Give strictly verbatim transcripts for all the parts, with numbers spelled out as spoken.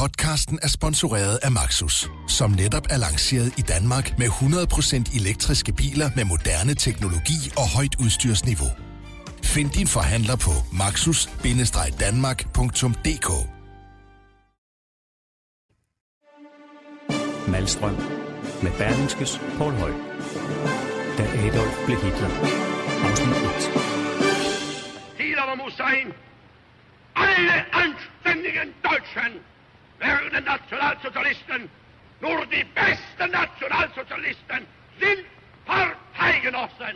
Podcasten er sponsoreret af Maxus, som netop er lanceret i Danmark med hundrede procent elektriske biler med moderne teknologi og højt udstyrsniveau. Find din forhandler på maxus bindestreg danmark punktum d k. Malmstrøm med Berlingskes Poul Høj. Da Adolf blev Hitler. Afsnit et. Hitler muss sein. Alle anständigen Deutschen werden Nationalsozialisten. Nur die besten Nationalsozialisten sind Parteigenossen.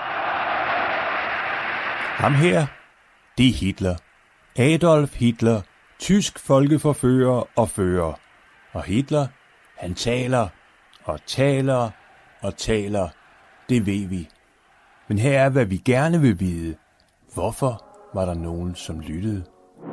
Ham her, det er Hitler. Adolf Hitler, tysk folkeforfører og fører. Og Hitler, han taler og taler og taler. Det ved vi. Men her er, hvad vi gerne vil vide. Hvorfor var der nogen, som lyttede?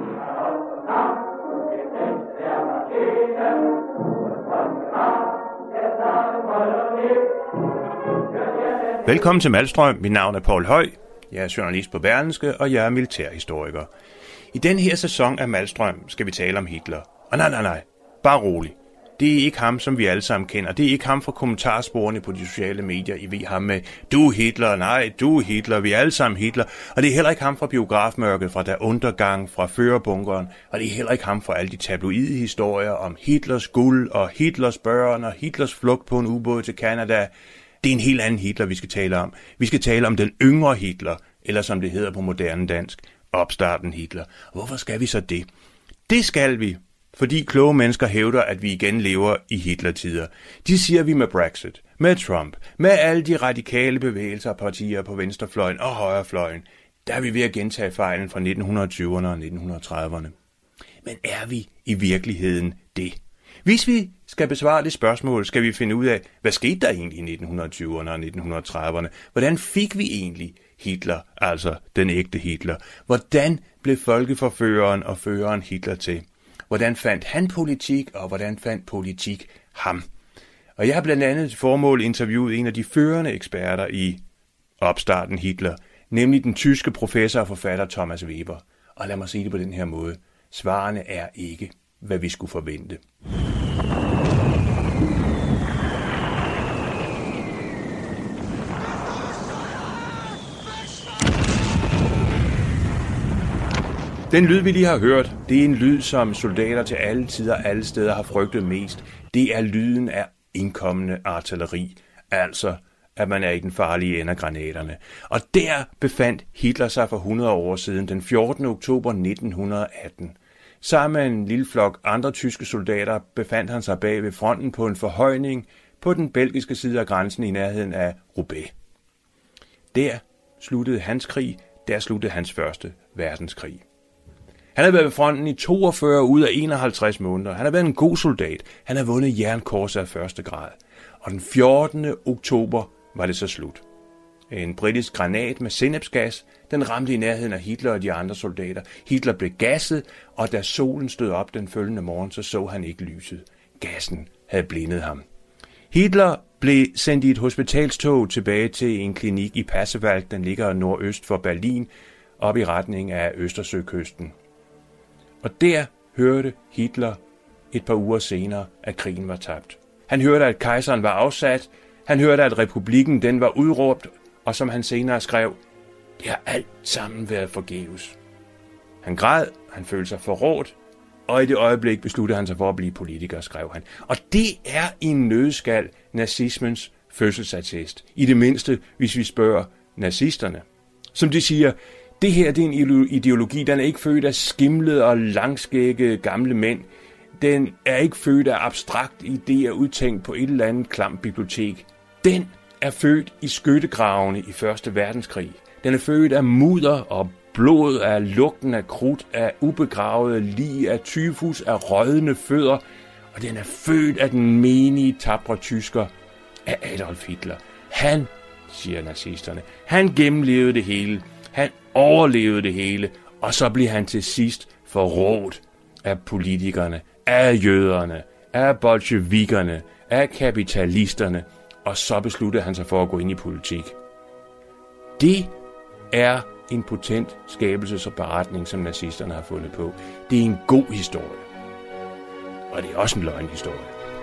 Velkommen til Malmstrøm. Mit navn er Poul Høj. Jeg er journalist på Berlingske, og jeg er militærhistoriker. I den her sæson af Malmstrøm skal vi tale om Hitler. Og nej, nej, nej. Bare rolig. Det er ikke ham, som vi alle sammen kender. Det er ikke ham fra kommentarsporene på de sociale medier. I ved ham med, du er Hitler, nej, du er Hitler, vi er alle sammen Hitler. Og det er heller ikke ham fra biografmørket, fra Der Undergang, fra Førerbunkeren. Og det er heller ikke ham fra alle de tabloide historier om Hitlers guld og Hitlers børn og Hitlers flugt på en ubåd til Canada. Det er en helt anden Hitler, vi skal tale om. Vi skal tale om den yngre Hitler, eller som det hedder på moderne dansk, opstarten Hitler. Og hvorfor skal vi så det? Det skal vi, fordi kloge mennesker hævder, at vi igen lever i Hitlertider. De siger vi med Brexit, med Trump, med alle de radikale bevægelser og partier på venstrefløjen og højrefløjen. Der er vi ved at gentage fejlen fra nitten tyverne og nitten trediverne. Men er vi i virkeligheden det? Hvis vi skal besvare det spørgsmål, skal vi finde ud af, hvad skete der egentlig i nitten tyverne og nitten trediverne? Hvordan fik vi egentlig Hitler, altså den ægte Hitler? Hvordan blev folkeforføreren og føreren Hitler til? Hvordan fandt han politik, og hvordan fandt politik ham? Og jeg har blandt andet til formål interviewet en af de førende eksperter i opstarten Hitler, nemlig den tyske professor og forfatter Thomas Weber. Og lad mig sige det på den her måde. Svarene er ikke, hvad vi skulle forvente. Den lyd, vi lige har hørt, det er en lyd, som soldater til alle tider og alle steder har frygtet mest. Det er lyden af indkommende artilleri, altså at man er i den farlige ende af granaterne. Og der befandt Hitler sig for hundrede år siden, den fjortende oktober nitten atten. Sammen med en lille flok andre tyske soldater befandt han sig bag ved fronten på en forhøjning på den belgiske side af grænsen i nærheden af Roubaix. Der sluttede hans krig, der sluttede hans første verdenskrig. Han har været ved fronten i toogfyrre ud af enoghalvtreds måneder. Han har været en god soldat. Han har vundet jernkorset af første grad. Og den fjortende oktober var det så slut. En britisk granat med sennepsgas, den ramte i nærheden af Hitler og de andre soldater. Hitler blev gasset, og da solen stod op den følgende morgen, så så han ikke lyset. Gassen havde blindet ham. Hitler blev sendt i et hospitalstog tilbage til en klinik i Pasewalk, den ligger nordøst for Berlin, op i retning af Østersøkysten. Og der hørte Hitler et par uger senere, at krigen var tabt. Han hørte, at kejseren var afsat. Han hørte, at republikken den var udråbt, og som han senere skrev, det har alt sammen været forgæves. Han græd, han følte sig forrådt, og i det øjeblik besluttede han sig for at blive politiker, skrev han. Og det er i en nøddeskal nazismens fødselsattest. I det mindste, hvis vi spørger nazisterne. Som de siger, det her det er en ideologi, den er ikke født af skimlede og langskægge gamle mænd. Den er ikke født af abstrakt idéer udtænkt på et eller andet klamt bibliotek. Den er født i skyttegravene i første verdenskrig. Den er født af mudder og blod, af lugten af krudt, af ubegravede lig, af tyfus, af rådne fødder. Og den er født af den menige, tapre tysker, af Adolf Hitler. Han, siger nazisterne, han gennemlevede det hele. Han overlevede det hele, og så blev han til sidst forrådt af politikerne, af jøderne, af bolsjevikerne, af kapitalisterne, og så besluttede han sig for at gå ind i politik. Det er en potent skabelses- og beretning, som nazisterne har fundet på. Det er en god historie. og det er også en løgnhistorie.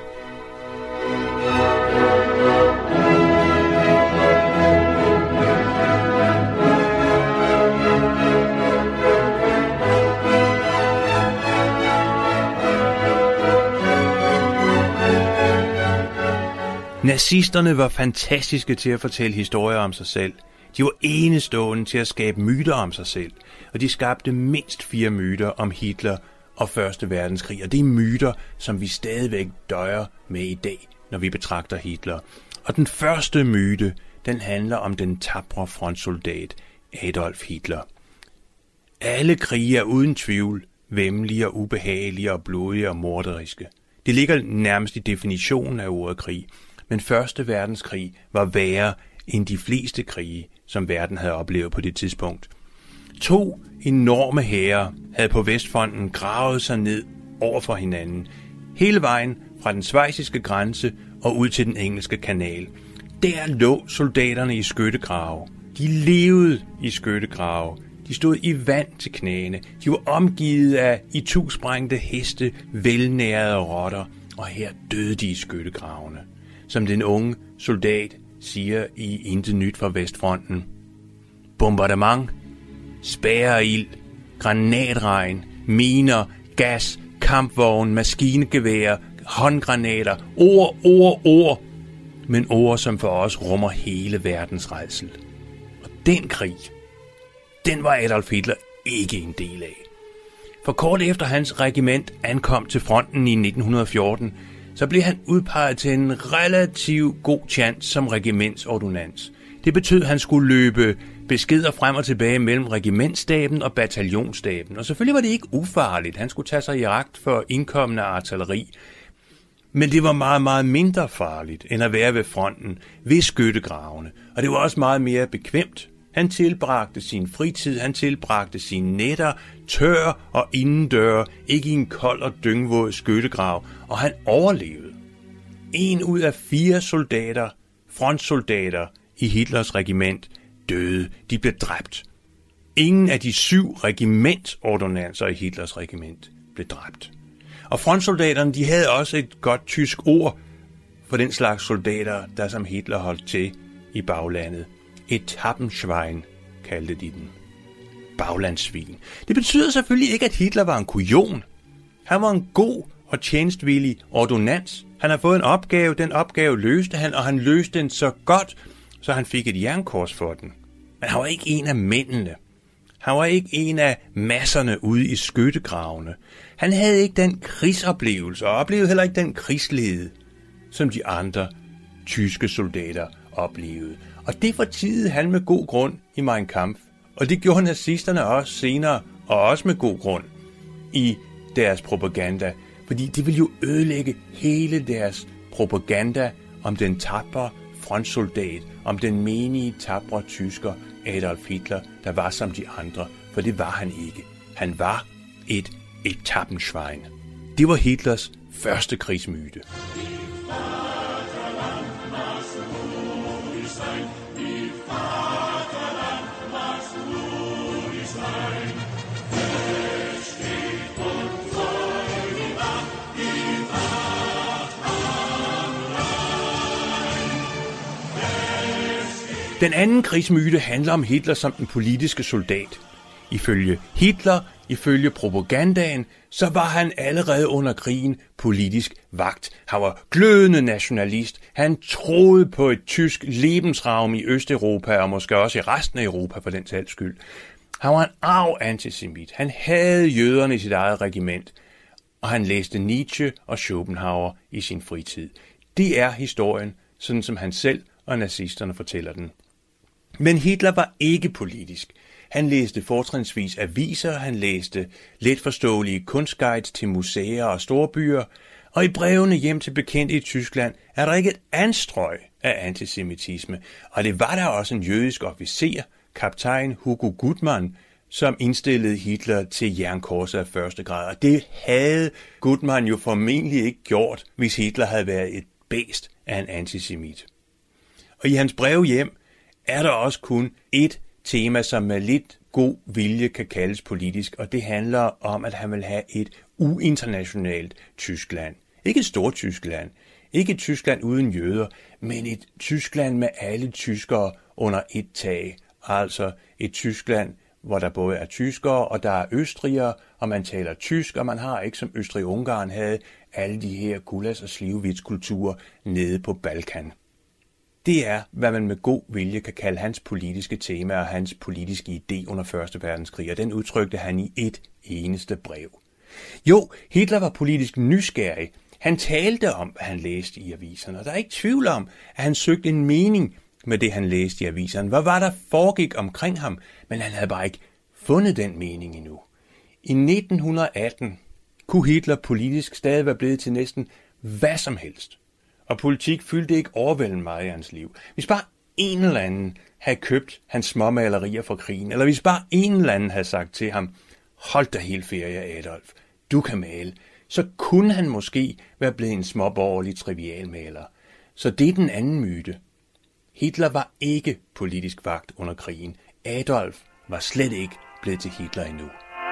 Nazisterne var fantastiske til at fortælle historier om sig selv. De var enestående til at skabe myter om sig selv, og de skabte mindst fire myter om Hitler og Første Verdenskrig, og det er myter, som vi stadigvæk døjer med i dag, når vi betragter Hitler. Og den første myte, den handler om den tapre frontsoldat Adolf Hitler. Alle krige er uden tvivl væmmelige og ubehagelige og blodige og morderiske. Det ligger nærmest i definitionen af ordet krig, men Første Verdenskrig var værre end de fleste krige, som verden havde oplevet på det tidspunkt. To enorme hære havde på Vestfronten gravet sig ned over for hinanden, hele vejen fra den schweiziske grænse og ud til den engelske kanal. Der lå soldaterne i skyttegrave. De levede i skyttegrave. De stod i vand til knæene. De var omgivet af itusprængte heste, velnærede rotter, og her døde de i skyttegravene. Som den unge soldat siger i Intet nyt fra Vestfronten. Bombardement, spærreild, granatregn, miner, gas, kampvogn, maskingeværer, håndgranater, ord, ord, ord, men ord, som for os rummer hele verdens rædsel. Og den krig, den var Adolf Hitler ikke en del af. For kort efter hans regiment ankom til fronten i nitten fjorten, så blev han udpeget til en relativt god chance som regimentsordonnans. Det betød, at han skulle løbe beskeder frem og tilbage mellem regimentsstaben og bataljonsstaben. Og selvfølgelig var det ikke ufarligt. Han skulle tage sig i agt for indkommende artilleri. Men det var meget, meget mindre farligt, end at være ved fronten, ved skyttegravene. Og det var også meget mere bekvemt. Han tilbragte sin fritid, han tilbragte sine nætter, tør og indendør, ikke i en kold og dyngvåd skyttegrav, og han overlevede. En ud af fire soldater, frontsoldater i Hitlers regiment, døde. De blev dræbt. Ingen af de syv regimentsordonnanser i Hitlers regiment blev dræbt. Og frontsoldaterne, de havde også et godt tysk ord for den slags soldater, der som Hitler holdt til i baglandet. Etappenschwein kaldte de den. Baglandssvin. Det betyder selvfølgelig ikke, at Hitler var en kujon. Han var en god og tjenestvillig ordonnans. Han har fået en opgave, den opgave løste han, og han løste den så godt, så han fik et jernkors for den. Men han var ikke en af mændene. Han var ikke en af masserne ude i skyttegravene. Han havde ikke den krigsoplevelse, og oplevede heller ikke den krigslede, som de andre tyske soldater oplevede. Og det fortidede han med god grund i Mein Kampf. Og det gjorde nazisterne også senere, og også med god grund i deres propaganda. Fordi det ville jo ødelægge hele deres propaganda om den tapre frontsoldat, om den menige, tapre tysker Adolf Hitler, der var som de andre. For det var han ikke. Han var et etappenschwein. Det var Hitlers første krigsmyte. Den anden krigsmyte handler om Hitler som den politiske soldat. Ifølge Hitler, ifølge propagandaen, så var han allerede under krigen politisk vagt. Han var glødende nationalist. Han troede på et tysk Lebensraum i Østeuropa, og måske også i resten af Europa for den sags skyld. Han var en arg antisemit. Han havde jøderne i sit eget regiment, og han læste Nietzsche og Schopenhauer i sin fritid. Det er historien, sådan som han selv og nazisterne fortæller den. Men Hitler var ikke politisk. Han læste fortrinsvis aviser, han læste letforståelige kunstguides til museer og storbyer, og i brevene hjem til bekendte i Tyskland er der ikke et anstrøg af antisemitisme, og det var der også en jødisk officer, kaptajn Hugo Gutmann, som indstillede Hitler til jernkorset af første grad, og det havde Gutmann jo formentlig ikke gjort, hvis Hitler havde været et bæst af en antisemit. Og i hans brev hjem er der også kun et tema, som med lidt god vilje kan kaldes politisk, og det handler om, at han vil have et uinternationalt Tyskland. Ikke et stort Tyskland, ikke et Tyskland uden jøder, men et Tyskland med alle tyskere under et tag. Altså et Tyskland, hvor der både er tyskere og der er østrigere, og man taler tysk, og man har ikke som Østrig-Ungarn havde alle de her gulas- og slivevitskulturer nede på Balkan. Det er, hvad man med god vilje kan kalde hans politiske tema og hans politiske idé under første verdenskrig, og den udtrykte han i et eneste brev. Jo, Hitler var politisk nysgerrig. Han talte om, hvad han læste i aviserne, og der er ikke tvivl om, at han søgte en mening med det, han læste i aviserne. Hvad var der foregik omkring ham? Men han havde bare ikke fundet den mening endnu. I nitten atten kunne Hitler politisk stadig være blevet til næsten hvad som helst. Og politik fyldte ikke overvældende meget i hans liv. Hvis bare en eller anden havde købt hans små malerier fra krigen, eller hvis bare en eller anden havde sagt til ham, hold dig helt ferie, Adolf, du kan male, så kunne han måske være blevet en småborgerlig trivialmaler. Så det er den anden myte. Hitler var ikke politisk vagt under krigen. Adolf var slet ikke blevet til Hitler endnu.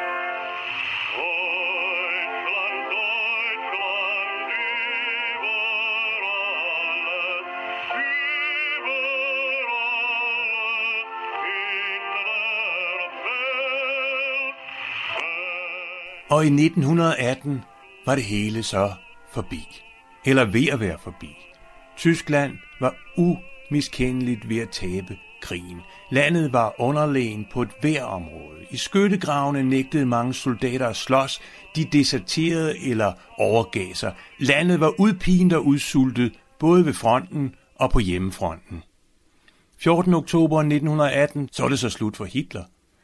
Og i nitten atten var det hele så forbi. Eller ved at være forbi. Tyskland var umiskendeligt ved at tabe krigen. Landet var underlegen på et vejrområde. I skyttegravene nægtede mange soldater at slås. De deserterede eller overgav sig. Landet var udpint og udsultet, både ved fronten og på hjemmefronten. fjortende oktober nitten atten, så var det så slut for Hitler.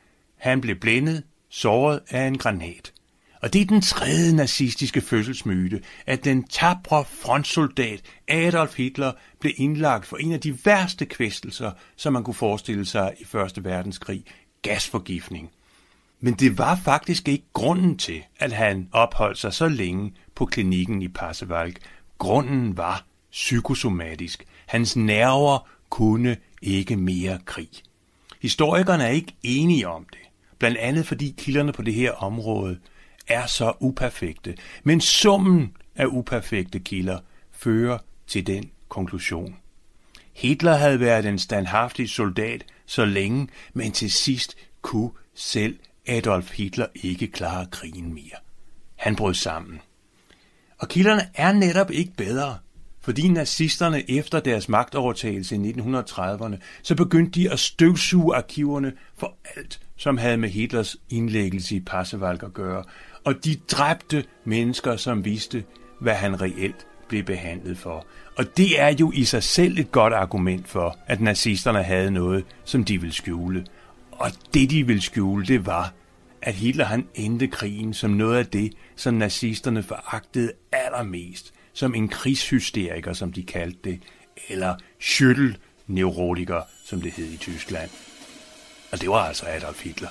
Han blev blændet, såret af en granat. Og det er den tredje nazistiske fødselsmyte, at den tapre frontsoldat Adolf Hitler blev indlagt for en af de værste kvæstelser, som man kunne forestille sig i første verdenskrig, gasforgiftning. Men det var faktisk ikke grunden til, at han opholdt sig så længe på klinikken i Pasewalk. Grunden var psykosomatisk. Hans nerver kunne ikke mere krig. Historikerne er ikke enige om det, blandt andet fordi kilderne på det her område er så uperfekte. Men summen af uperfekte kilder fører til den konklusion. Hitler havde været en standhaftig soldat så længe, men til sidst kunne selv Adolf Hitler ikke klare krigen mere. Han brød sammen. Og kilderne er netop ikke bedre, fordi nazisterne efter deres magtovertagelse i nitten trediverne, så begyndte de at støvsuge arkiverne for alt, som havde med Hitlers indlæggelse i Pasewalk at gøre, og de dræbte mennesker, som vidste, hvad han reelt blev behandlet for. Og det er jo i sig selv et godt argument for, at nazisterne havde noget, som de ville skjule. Og det, de ville skjule, det var, at Hitler han endte krigen som noget af det, som nazisterne foragtede allermest, som en krigshysteriker, som de kaldte det, eller Schüttel-neurotiker, som det hed i Tyskland. Og det var altså Adolf Hitler.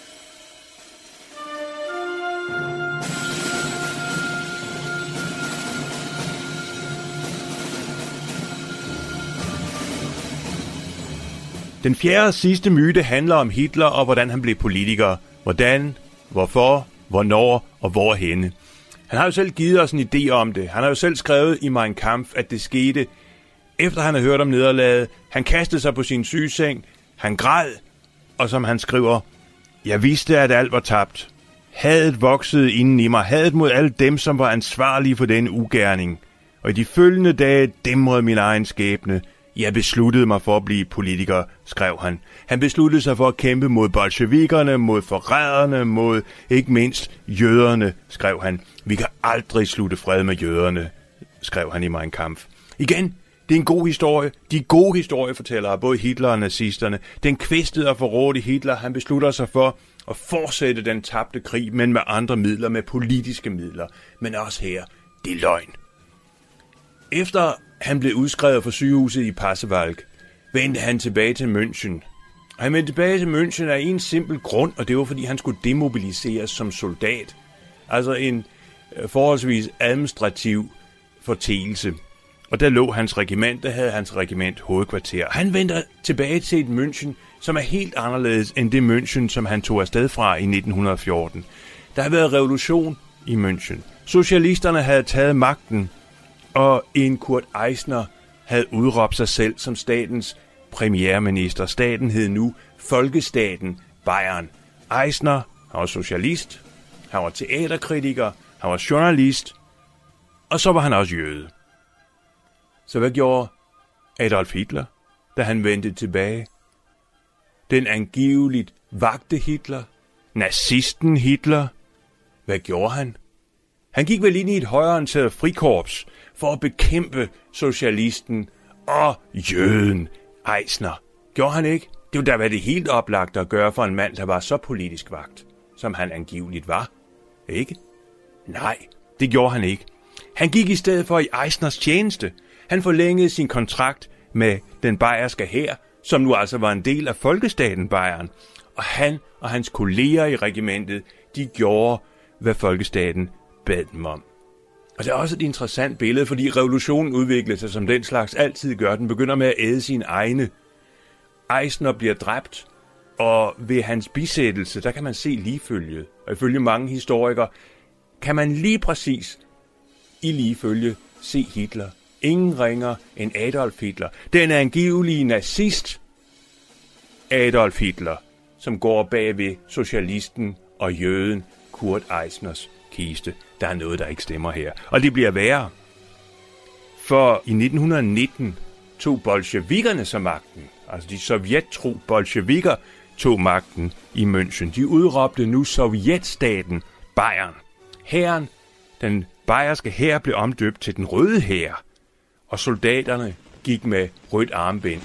Den fjerde og sidste myte handler om Hitler og hvordan han blev politiker. Hvordan, hvorfor, hvornår og hvorhenne. Han har jo selv givet os en idé om det. Han har jo selv skrevet i Mein Kampf, at det skete, efter han havde hørt om nederlaget. Han kastede sig på sin sygeseng, han græd, og som han skriver, jeg vidste, at alt var tabt. Hadet voksede inden i mig, hadet mod alle dem, som var ansvarlige for den ugerning. Og i de følgende dage dæmrede min egen skæbne. Jeg besluttede mig for at blive politiker, skrev han. Han besluttede sig for at kæmpe mod bolsjevikerne, mod forræderne, mod ikke mindst jøderne, skrev han. Vi kan aldrig slutte fred med jøderne, skrev han i Mein Kampf. Igen, det er en god historie. De er gode historiefortællere, både Hitler og nazisterne. Den kvæstede og forrådte Hitler, han beslutter sig for at fortsætte den tabte krig, men med andre midler, med politiske midler. Men også her, det er løgn. Efter han blev udskrevet fra sygehuset i Pasewalk, vendte han tilbage til München. Og han vendte tilbage til München af en simpel grund, og det var fordi han skulle demobiliseres som soldat. Altså en forholdsvis administrativ forteelse. Og der lå hans regiment, der havde hans regiment hovedkvarter. Han vendte tilbage til et München, som er helt anderledes end det München, som han tog afsted fra i nitten fjorten. Der har været revolution i München. Socialisterne havde taget magten, og en Kurt Eisner havde udråbt sig selv som statens premierminister. Staten hed nu Folkestaten Bayern. Eisner, han var socialist, han var teaterkritiker, han var journalist, og så var han også jøde. Så hvad gjorde Adolf Hitler, da han vendte tilbage? Den angiveligt vagte Hitler, nazisten Hitler, hvad gjorde han? Han gik vel ind i et højreorienteret frikorps for at bekæmpe socialisten og jøden Eisner. Gjorde han ikke? Det ville da være det helt oplagt at gøre for en mand, der var så politisk vagt, som han angiveligt var. Ikke? Nej, det gjorde han ikke. Han gik i stedet for i Eisners tjeneste. Han forlængede sin kontrakt med den bayerske hær, som nu altså var en del af folkestaten Bayern. Og han og hans kolleger i regimentet, de gjorde, hvad folkestaten bad dem om. Og det er også et interessant billede, fordi revolutionen udviklede sig som den slags altid gør. Den begynder med at æde sine egne. Eisner bliver dræbt, og ved hans bisættelse, der kan man se ligefølget. Og ifølge mange historikere, kan man lige præcis i ligefølge se Hitler. Ingen ringer end Adolf Hitler. Den angivelige nazist Adolf Hitler, som går bag ved socialisten og jøden Kurt Eisners kiste. Der er noget, der ikke stemmer her. Og det bliver værre. For i nitten nitten tog bolsjevikkerne så magten. Altså de sovjettro bolsjevikker tog magten i München. De udråbte nu sovjetstaten Bayern. Hæren, den bayerske hær, blev omdøbt til den røde hær. Og soldaterne gik med rødt armbind.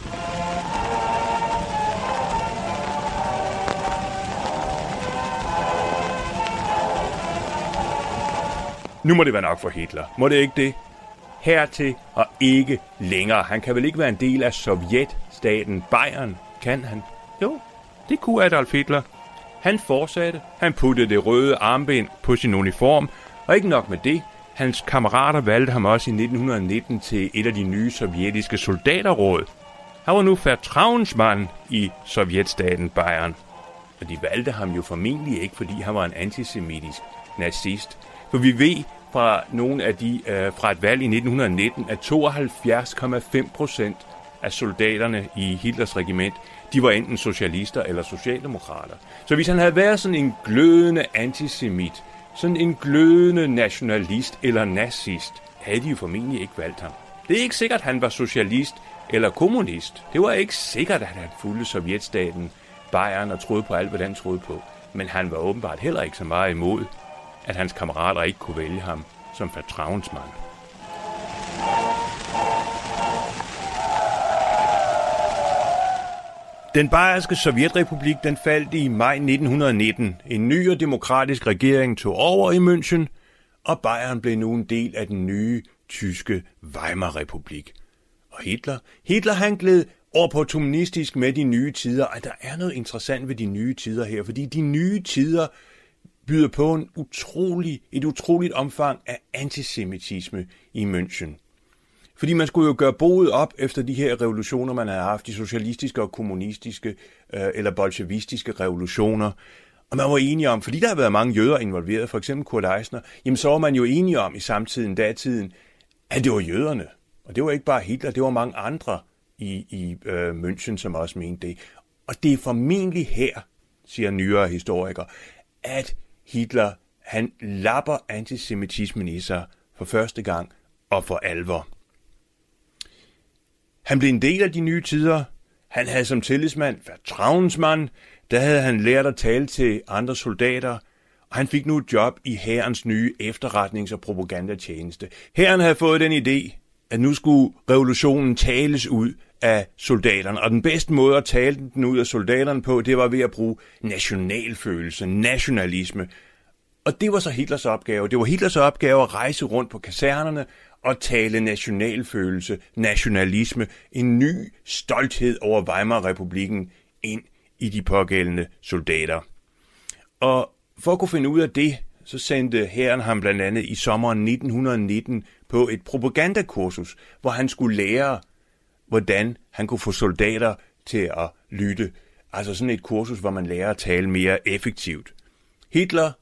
Nu må det være nok for Hitler. Må det ikke det? Hertil og ikke længere. Han kan vel ikke være en del af sovjetstaten Bayern, kan han? Jo, det kunne Adolf Hitler. Han fortsatte. Han puttede det røde armbind på sin uniform. Og ikke nok med det. Hans kammerater valgte ham også i nitten nitten til et af de nye sovjetiske soldaterråd. Han var nu Vertrauensmann i sovjetstaten Bayern. Og de valgte ham jo formentlig ikke, fordi han var en antisemitisk nazist. For vi ved fra nogle af de øh, fra et valg i nitten nitten, at tooghalvfjerds komma fem procent af soldaterne i Hitlers regiment, de var enten socialister eller socialdemokrater. Så hvis han havde været sådan en glødende antisemit, sådan en glødende nationalist eller nazist, havde de jo formentlig ikke valgt ham. Det er ikke sikkert, at han var socialist eller kommunist. Det var ikke sikkert, at han fulgte sovjetstaten Bayern og troede på alt, hvad den troede på. Men han var åbenbart heller ikke så meget imod, at hans kammerater ikke kunne vælge ham som Vertrauensmann. Den bayerske sovjetrepublik, den faldt i maj nitten nitten. En ny og demokratisk regering tog over i München, og Bayern blev nu en del af den nye tyske Weimar-republik. Og Hitler, Hitler han gled opportunistisk med de nye tider, og der er noget interessant ved de nye tider her, fordi de nye tider byder på en utrolig, et utroligt omfang af antisemitisme i München. Fordi man skulle jo gøre boet op efter de her revolutioner, man havde haft, de socialistiske og kommunistiske øh, eller bolsjevistiske revolutioner. Og man var enige om, fordi der har været mange jøder involveret, for eksempel Kurt Eisner, jamen så var man jo enige om i samtiden, datiden, at det var jøderne. Og det var ikke bare Hitler, det var mange andre i, i øh, München, som også mente det. Og det er formentlig her, siger nyere historikere, at Hitler, han lapper antisemitismen i sig for første gang og for alvor. Han blev en del af de nye tider. Han havde som tillidsmand, Vertrauensmann, der havde han lært at tale til andre soldater, og han fik nu et job i hærens nye efterretnings- og propagandatjeneste. Hæren havde fået den idé, at nu skulle revolutionen tales ud af soldaterne, og den bedste måde at tale den ud af soldaterne på, det var ved at bruge nationalfølelse, nationalisme. Og det var så Hitlers opgave. Det var Hitlers opgave at rejse rundt på kasernerne og tale nationalfølelse, nationalisme, en ny stolthed over Weimar-republikken ind i de pågældende soldater. Og for at kunne finde ud af det, så sendte hæren ham blandt andet i sommeren nitten nitten på et propagandakursus, hvor han skulle lære, hvordan han kunne få soldater til at lytte. Altså sådan et kursus, hvor man lærer at tale mere effektivt. Hitler,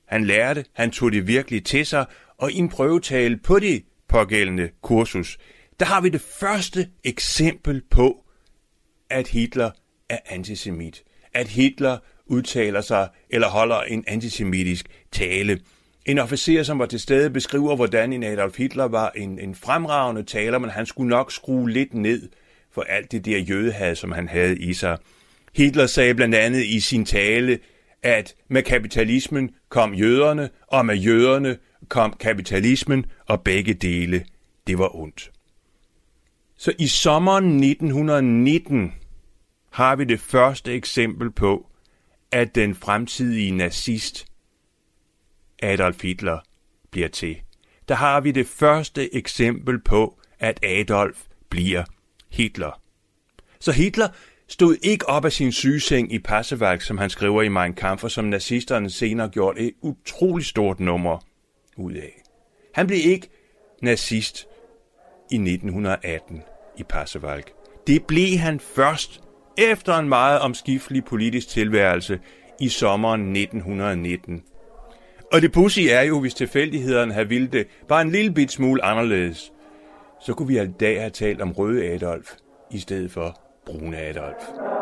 Han lærte, han tog det virkelig til sig, og i en prøvetale på det pågældende kursus, der har vi det første eksempel på, at Hitler er antisemit. At Hitler udtaler sig eller holder en antisemitisk tale. En officer, som var til stede, beskriver, hvordan en Adolf Hitler var en, en fremragende taler, men han skulle nok skrue lidt ned for alt det der jødehad, som han havde i sig. Hitler sagde blandt andet i sin tale, at med kapitalismen kom jøderne, og med jøderne kom kapitalismen, og begge dele, det var ondt. Så i sommeren nitten nitten har vi det første eksempel på, at den fremtidige nazist Adolf Hitler bliver til. Der har vi det første eksempel på, at Adolf bliver Hitler. Så Hitler stod ikke op af sin sygeseng i Pasewalk, som han skriver i Mein Kampf, og som nazisterne senere gjorde et utroligt stort nummer ud af. Han blev ikke nazist i nitten atten i Pasewalk. Det blev han først efter en meget omskiftelig politisk tilværelse i sommeren nitten nitten. Og det pudsige er jo, hvis tilfældighederne havde ville det bare en lille bit smule anderledes, så kunne vi i dag have talt om Røde Adolf i stedet for Brune Adolf.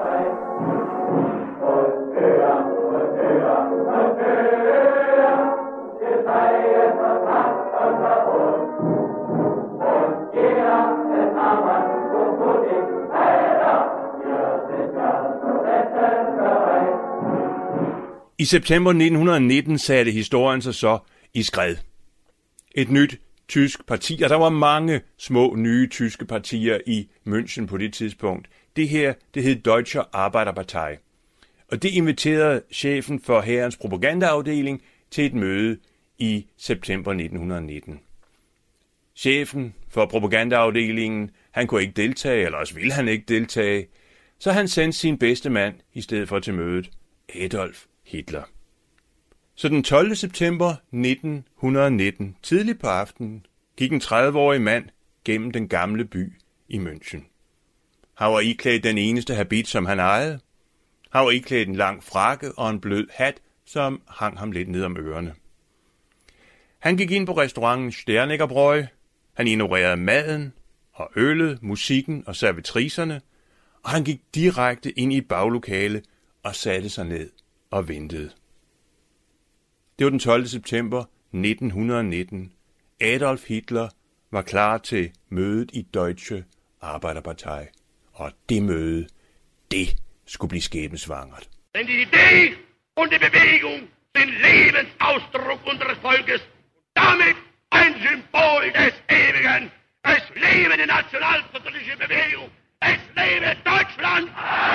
I september nitten nitten satte historien sig så i skred. Et nyt tysk parti, og der var mange små nye tyske partier i München på det tidspunkt. Det her, det hed Deutsche Arbeiterpartei. Og det inviterede chefen for hærens propagandaafdeling til et møde i september nitten nitten. Chefen for propagandaafdelingen, han kunne ikke deltage, eller også ville han ikke deltage, så han sendte sin bedste mand i stedet for til mødet, Adolf Hitler. Så den tolvte september nitten nitten, tidligt på aftenen, gik en tredive-årig mand gennem den gamle by i München. Han var iklædt den eneste habit, som han ejede. Han var iklædt en lang frakke og en blød hat, som hang ham lidt ned om ørerne. Han gik ind på restauranten Sternegerbräu. Han ignorerede maden og øllet, musikken og servitricerne, og han gik direkte ind i et baglokale og satte sig ned og ventede. Det var den tolvte september nitten nitten. Adolf Hitler var klar til mødet i Deutsche Arbeiterpartei. Og det møde, det skulle blive skæbnesvangert. Denn die Idee und die Bewegung sind Lebensausdruck unseres Volkes. Damit ein Symbol des Ewigen. Es lebe die nationalsozialistische Bewegung. Es lebe Deutschland.